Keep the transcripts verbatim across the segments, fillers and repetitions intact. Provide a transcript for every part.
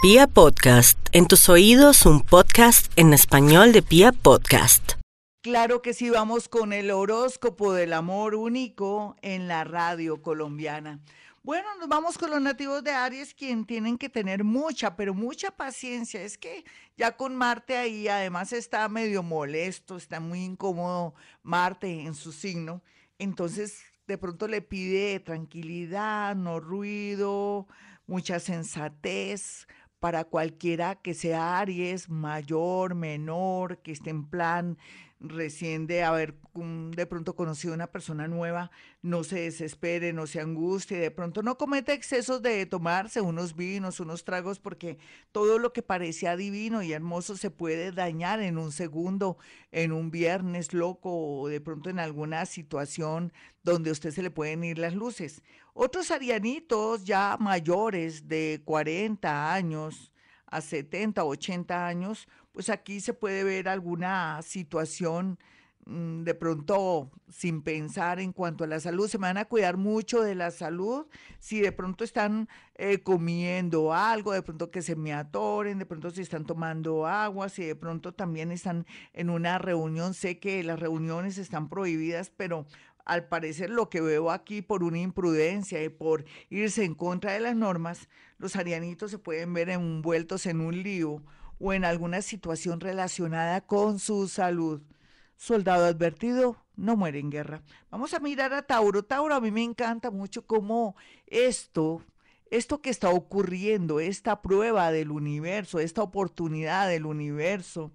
Pia Podcast, en tus oídos un podcast en español de Pia Podcast. Claro que sí, vamos con el horóscopo del amor único en la radio colombiana. Bueno, nos vamos con los nativos de Aries, quien tienen que tener mucha, pero mucha paciencia. Es que ya con Marte ahí, además está medio molesto, está muy incómodo Marte en su signo. Entonces, de pronto le pide tranquilidad, no ruido, mucha sensatez para cualquiera que sea Aries, mayor, menor, que esté en plan recién de haber um, de pronto conocido una persona nueva, no se desespere, no se angustie, de pronto no cometa excesos de tomarse unos vinos, unos tragos, porque todo lo que parecía divino y hermoso se puede dañar en un segundo, en un viernes loco o de pronto en alguna situación donde a usted se le pueden ir las luces. Otros arianitos ya mayores de cuarenta años a setenta, ochenta años, pues aquí se puede ver alguna situación mm, de pronto sin pensar en cuanto a la salud. Se van a cuidar mucho de la salud. Si de pronto están eh, comiendo algo, de pronto que se me atoren, de pronto si están tomando agua, si de pronto también están en una reunión. Sé que las reuniones están prohibidas, pero al parecer lo que veo aquí por una imprudencia y por irse en contra de las normas, los arianitos se pueden ver envueltos en un lío o en alguna situación relacionada con su salud. Soldado advertido no muere en guerra. Vamos a mirar a Tauro. Tauro, a mí me encanta mucho cómo esto, esto que está ocurriendo, esta prueba del universo, esta oportunidad del universo,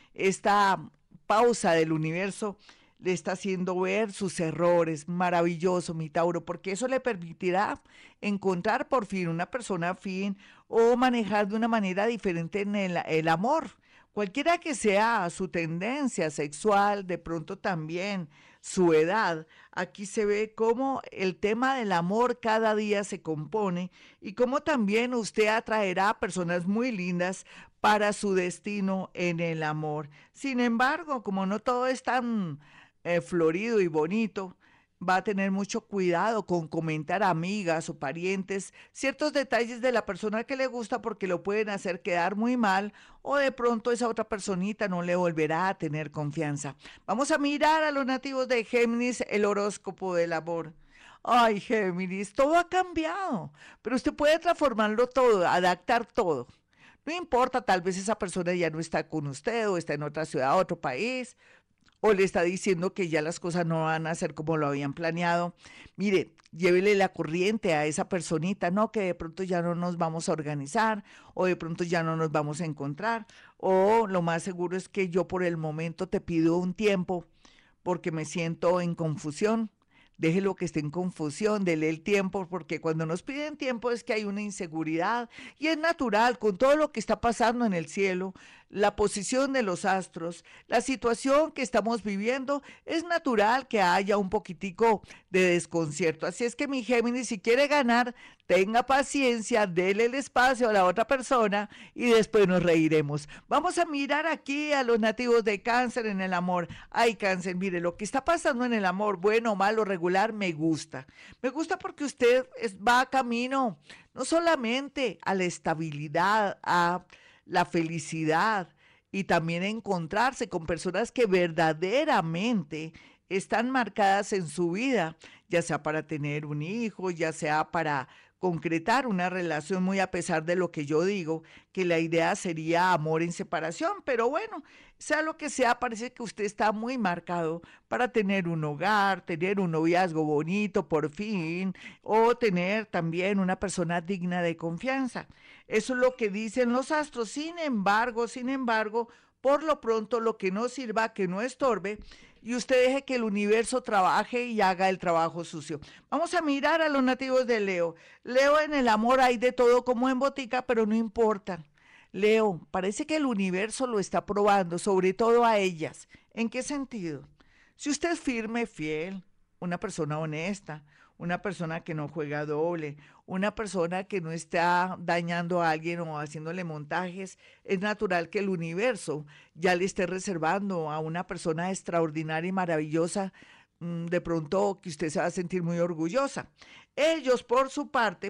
esta pausa del universo, le está haciendo ver sus errores. Maravilloso, mi Tauro, porque eso le permitirá encontrar por fin una persona afín o manejar de una manera diferente en el, el amor. Cualquiera que sea su tendencia sexual, de pronto también su edad, aquí se ve cómo el tema del amor cada día se compone y cómo también usted atraerá a personas muy lindas para su destino en el amor. Sin embargo, como no todo es tan eh, florido y bonito, va a tener mucho cuidado con comentar a amigas o parientes ciertos detalles de la persona que le gusta porque lo pueden hacer quedar muy mal o de pronto esa otra personita no le volverá a tener confianza. Vamos a mirar a los nativos de Géminis, el horóscopo del amor. Ay, Géminis, todo ha cambiado, pero usted puede transformarlo todo, adaptar todo. No importa, tal vez esa persona ya no está con usted o está en otra ciudad, otro país, o le está diciendo que ya las cosas no van a ser como lo habían planeado. Mire, llévele la corriente a esa personita, no, que de pronto ya no nos vamos a organizar, o de pronto ya no nos vamos a encontrar, o lo más seguro es que yo por el momento te pido un tiempo porque me siento en confusión. Déjelo que esté en confusión, dele el tiempo, porque cuando nos piden tiempo es que hay una inseguridad y es natural con todo lo que está pasando en el cielo, la posición de los astros, la situación que estamos viviendo, es natural que haya un poquitico de desconcierto. Así es que mi Géminis, si quiere ganar, tenga paciencia, dele el espacio a la otra persona y después nos reiremos. Vamos a mirar aquí a los nativos de Cáncer en el amor. Ay, Cáncer, mire, lo que está pasando en el amor, bueno, malo, regular, me gusta. Me gusta porque usted es, va camino no solamente a la estabilidad, a la felicidad y también encontrarse con personas que verdaderamente están marcadas en su vida, ya sea para tener un hijo, ya sea para concretar una relación, muy a pesar de lo que yo digo, que la idea sería amor en separación, pero bueno, sea lo que sea, parece que usted está muy marcado para tener un hogar, tener un noviazgo bonito por fin, o tener también una persona digna de confianza. Eso es lo que dicen los astros. Sin embargo, sin embargo, por lo pronto, lo que no sirva, que no estorbe, y usted deje que el universo trabaje y haga el trabajo sucio. Vamos a mirar a los nativos de Leo. Leo, en el amor hay de todo como en botica, pero no importa. Leo, parece que el universo lo está probando, sobre todo a ellas. ¿En qué sentido? Si usted es firme, fiel, una persona honesta, una persona que no juega doble, una persona que no está dañando a alguien o haciéndole montajes, es natural que el universo ya le esté reservando a una persona extraordinaria y maravillosa, de pronto que usted se va a sentir muy orgullosa. Ellos, por su parte,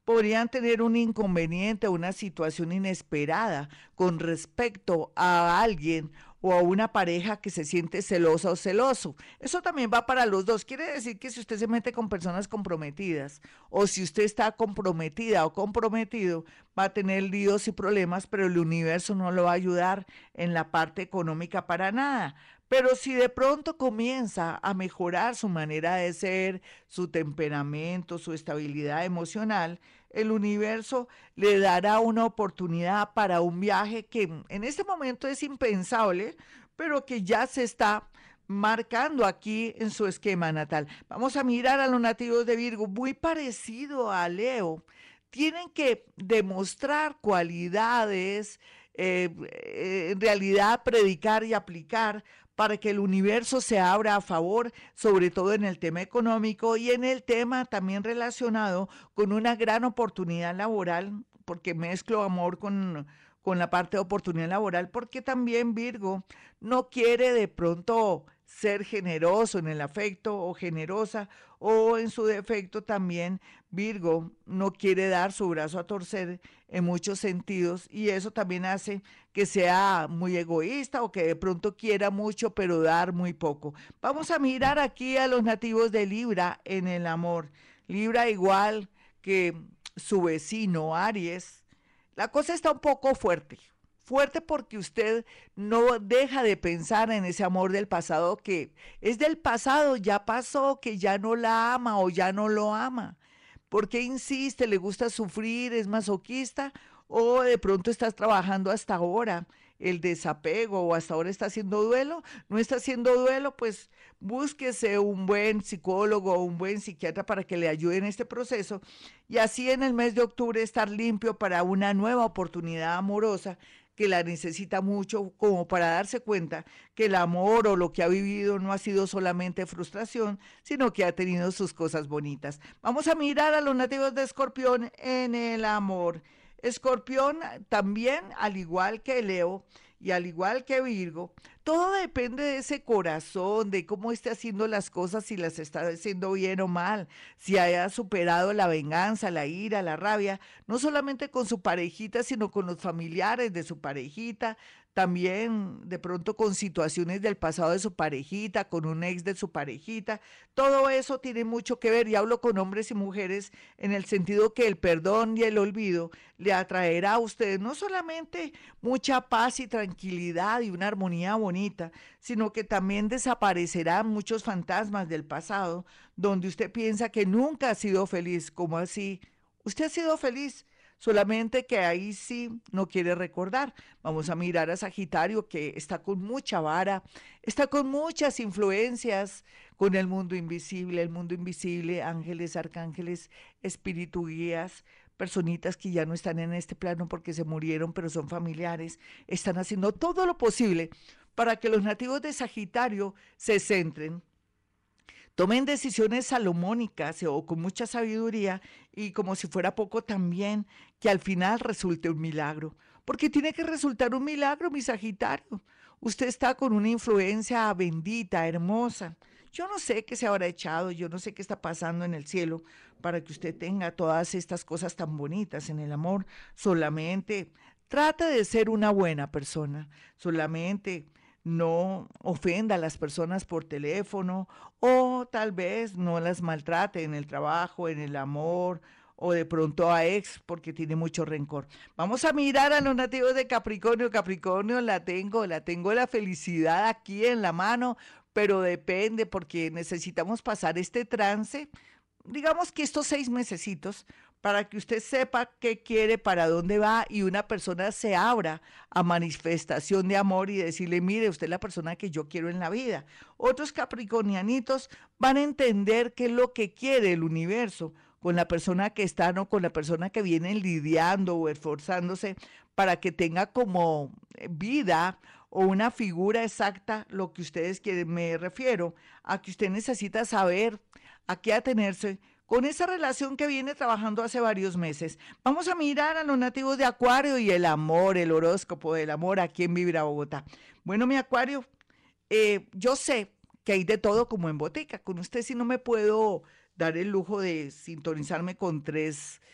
podrían tener un inconveniente, una situación inesperada con respecto a alguien o a una pareja que se siente celosa o celoso. Eso también va para los dos. Quiere decir que si usted se mete con personas comprometidas o si usted está comprometida o comprometido, va a tener líos y problemas, pero el universo no lo va a ayudar en la parte económica para nada. Pero si de pronto comienza a mejorar su manera de ser, su temperamento, su estabilidad emocional, el universo le dará una oportunidad para un viaje que en este momento es impensable, pero que ya se está marcando aquí en su esquema natal. Vamos a mirar a los nativos de Virgo, muy parecido a Leo. Tienen que demostrar cualidades, eh, eh, en realidad predicar y aplicar para que el universo se abra a favor, sobre todo en el tema económico y en el tema también relacionado con una gran oportunidad laboral, porque mezclo amor con, con la parte de oportunidad laboral, porque también Virgo no quiere de pronto ser generoso en el afecto o generosa, o en su defecto también Virgo no quiere dar su brazo a torcer en muchos sentidos y eso también hace que sea muy egoísta o que de pronto quiera mucho pero dar muy poco. Vamos a mirar aquí a los nativos de Libra en el amor. Libra igual que su vecino Aries. La cosa está un poco fuerte. Fuerte porque usted no deja de pensar en ese amor del pasado que es del pasado, ya pasó, que ya no la ama o ya no lo ama. ¿Por qué insiste? ¿Le gusta sufrir? ¿Es masoquista? ¿O de pronto estás trabajando hasta ahora el desapego o hasta ahora está haciendo duelo? ¿No está haciendo duelo? Pues búsquese un buen psicólogo o un buen psiquiatra para que le ayude en este proceso y así en el mes de octubre estar limpio para una nueva oportunidad amorosa que la necesita mucho como para darse cuenta que el amor o lo que ha vivido no ha sido solamente frustración, sino que ha tenido sus cosas bonitas. Vamos a mirar a los nativos de Escorpión en el amor. Escorpión también, al igual que Leo y al igual que Virgo, todo depende de ese corazón, de cómo esté haciendo las cosas, si las está haciendo bien o mal, si haya superado la venganza, la ira, la rabia, no solamente con su parejita, sino con los familiares de su parejita, también de pronto con situaciones del pasado de su parejita, con un ex de su parejita. Todo eso tiene mucho que ver y hablo con hombres y mujeres en el sentido que el perdón y el olvido le atraerá a ustedes no solamente mucha paz y tranquilidad y una armonía bonita, sino que también desaparecerán muchos fantasmas del pasado donde usted piensa que nunca ha sido feliz. ¿Cómo así? Usted ha sido feliz. Solamente que ahí sí no quiere recordar. Vamos a mirar a Sagitario que está con mucha vara, está con muchas influencias con el mundo invisible, el mundo invisible, ángeles, arcángeles, espíritu guías, personitas que ya no están en este plano porque se murieron, pero son familiares, están haciendo todo lo posible para que los nativos de Sagitario se centren. Tomen decisiones salomónicas o con mucha sabiduría y como si fuera poco también que al final resulte un milagro. Porque tiene que resultar un milagro, mi Sagitario. Usted está con una influencia bendita, hermosa. Yo no sé qué se habrá echado, yo no sé qué está pasando en el cielo para que usted tenga todas estas cosas tan bonitas en el amor. Solamente trata de ser una buena persona. Solamente no ofenda a las personas por teléfono o tal vez no las maltrate en el trabajo, en el amor o de pronto a ex porque tiene mucho rencor. Vamos a mirar a los nativos de Capricornio. Capricornio la tengo, la tengo la felicidad aquí en la mano, pero depende porque necesitamos pasar este trance, digamos que estos seis mesecitos, para que usted sepa qué quiere, para dónde va y una persona se abra a manifestación de amor y decirle, mire, usted es la persona que yo quiero en la vida. Otros capricornianitos van a entender qué es lo que quiere el universo con la persona que están o con la persona que vienen lidiando o esforzándose para que tenga como vida o una figura exacta lo que ustedes quieren. Me refiero a que usted necesita saber a qué atenerse con esa relación que viene trabajando hace varios meses. Vamos a mirar a los nativos de Acuario y el amor, el horóscopo del amor aquí en Vibra Bogotá. Bueno, mi Acuario, eh, yo sé que hay de todo como en botica. Con usted sí no me puedo dar el lujo de sintonizarme con tres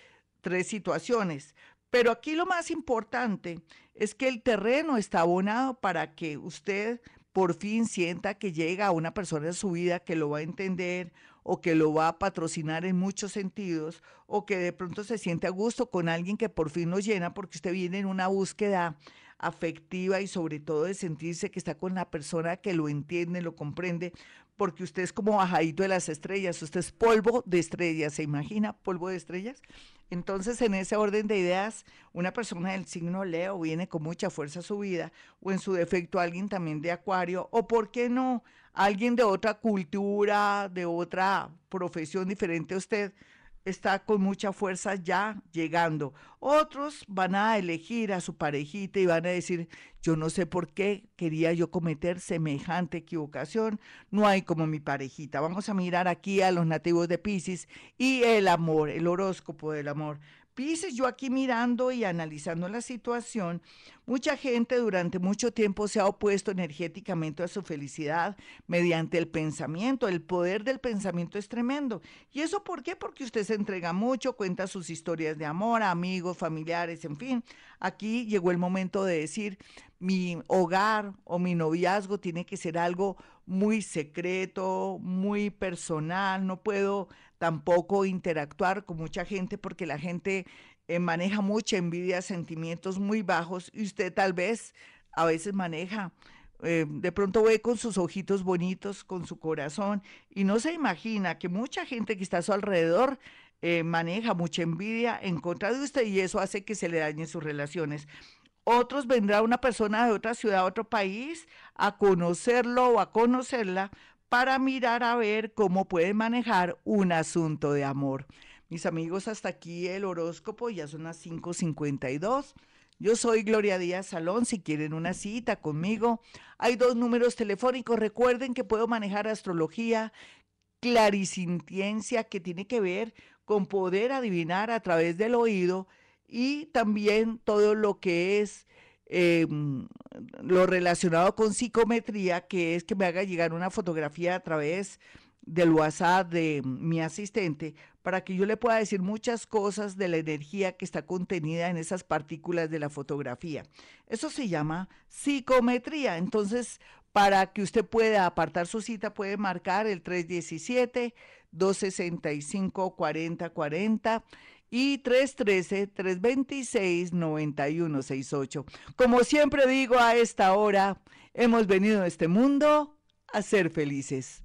tres situaciones. Pero aquí lo más importante es que el terreno está abonado para que usted por fin sienta que llega a una persona en su vida que lo va a entender o que lo va a patrocinar en muchos sentidos, o que de pronto se siente a gusto con alguien que por fin lo llena, porque usted viene en una búsqueda afectiva y sobre todo de sentirse que está con la persona que lo entiende, lo comprende, porque usted es como bajadito de las estrellas, usted es polvo de estrellas, ¿se imagina? Polvo de estrellas. Entonces, en ese orden de ideas, una persona del signo Leo viene con mucha fuerza a su vida, o en su defecto alguien también de Acuario, o por qué no, alguien de otra cultura, de otra profesión diferente a usted, está con mucha fuerza ya llegando. Otros van a elegir a su parejita y van a decir, yo no sé por qué quería yo cometer semejante equivocación, no hay como mi parejita. Vamos a mirar aquí a los nativos de Piscis y el amor, el horóscopo del amor. Piscis, yo aquí mirando y analizando la situación, mucha gente durante mucho tiempo se ha opuesto energéticamente a su felicidad mediante el pensamiento. El poder del pensamiento es tremendo. ¿Y eso por qué? Porque usted se entrega mucho, cuenta sus historias de amor a amigos, familiares, en fin. Aquí llegó el momento de decir, mi hogar o mi noviazgo tiene que ser algo muy secreto, muy personal, no puedo tampoco interactuar con mucha gente porque la gente eh, maneja mucha envidia, sentimientos muy bajos y usted tal vez a veces maneja, eh, de pronto ve con sus ojitos bonitos, con su corazón y no se imagina que mucha gente que está a su alrededor eh, maneja mucha envidia en contra de usted y eso hace que se le dañen sus relaciones. Otros vendrá una persona de otra ciudad, otro país, a conocerlo o a conocerla para mirar a ver cómo pueden manejar un asunto de amor. Mis amigos, hasta aquí el horóscopo, ya son las cinco cincuenta y dos. Yo soy Gloria Díaz Salón, si quieren una cita conmigo, hay dos números telefónicos. Recuerden que puedo manejar astrología, clarisintiencia, que tiene que ver con poder adivinar a través del oído, y también todo lo que es eh, lo relacionado con psicometría, que es que me haga llegar una fotografía a través del WhatsApp de mi asistente para que yo le pueda decir muchas cosas de la energía que está contenida en esas partículas de la fotografía. Eso se llama psicometría. Entonces, para que usted pueda apartar su cita, puede marcar el tres uno siete, dos seis cinco, cuatro cero cuatro cero y tres uno tres, tres dos seis, nueve uno seis ocho. Como siempre digo a esta hora, hemos venido a este mundo a ser felices.